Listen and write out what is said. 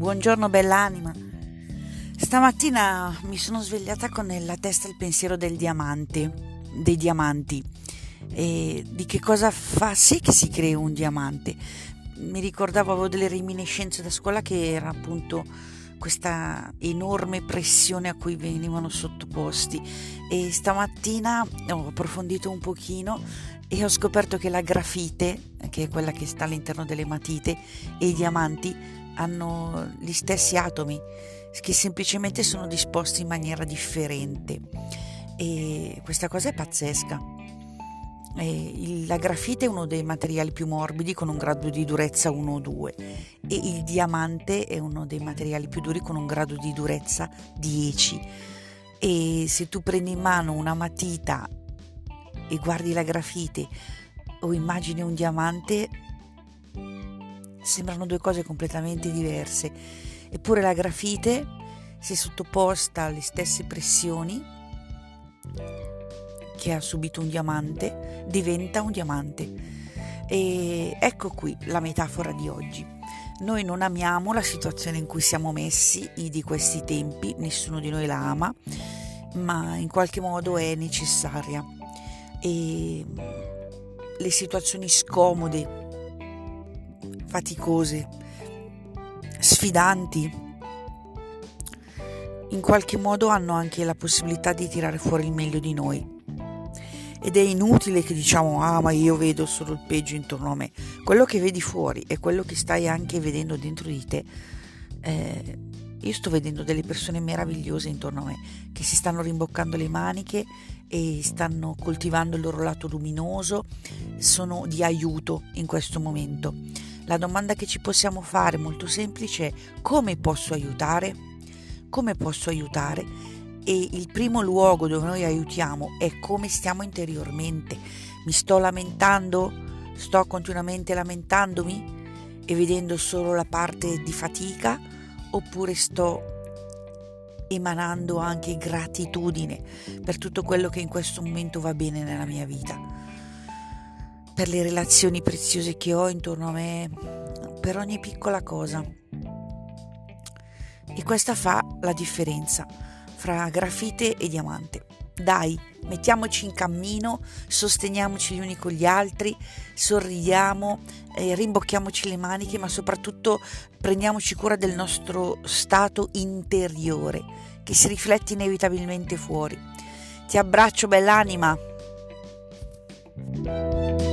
buongiorno bell'anima. Stamattina mi sono svegliata con nella testa il pensiero dei diamanti e di che cosa fa sì che si crea un diamante. Mi ricordavo, avevo delle reminiscenze da scuola che era appunto questa enorme pressione a cui venivano sottoposti, e stamattina ho approfondito un pochino e ho scoperto che la grafite, che è quella che sta all'interno delle matite, e i diamanti hanno gli stessi atomi che semplicemente sono disposti in maniera differente, e questa cosa è pazzesca. La grafite è uno dei materiali più morbidi con un grado di durezza 1 o 2 e il diamante è uno dei materiali più duri con un grado di durezza 10. E se tu prendi in mano una matita e guardi la grafite o immagini un diamante, sembrano due cose completamente diverse. Eppure la grafite, se sottoposta alle stesse pressioni che ha subito un diamante, diventa un diamante. E ecco qui la metafora di oggi. Noi non amiamo la situazione in cui siamo messi di questi tempi, nessuno di noi la ama, ma in qualche modo è necessaria. E le situazioni scomode, faticose, sfidanti, in qualche modo hanno anche la possibilità di tirare fuori il meglio di noi. Ed è inutile che diciamo: ma io vedo solo il peggio intorno a me. Quello che vedi fuori è quello che stai anche vedendo dentro di te. Io sto vedendo delle persone meravigliose intorno a me che si stanno rimboccando le maniche e stanno coltivando il loro lato luminoso, sono di aiuto in questo momento. La domanda che ci possiamo fare, molto semplice, è: come posso aiutare? Come posso aiutare? E il primo luogo dove noi aiutiamo è come stiamo interiormente. Mi sto lamentando? Sto continuamente lamentandomi e vedendo solo la parte di fatica? Oppure sto emanando anche gratitudine per tutto quello che in questo momento va bene nella mia vita, per le relazioni preziose che ho intorno a me, per ogni piccola cosa? E questa fa la differenza fra grafite e diamante. Dai, mettiamoci in cammino, sosteniamoci gli uni con gli altri, sorridiamo, rimbocchiamoci le maniche, ma soprattutto prendiamoci cura del nostro stato interiore, che si riflette inevitabilmente fuori. Ti abbraccio, bell'anima.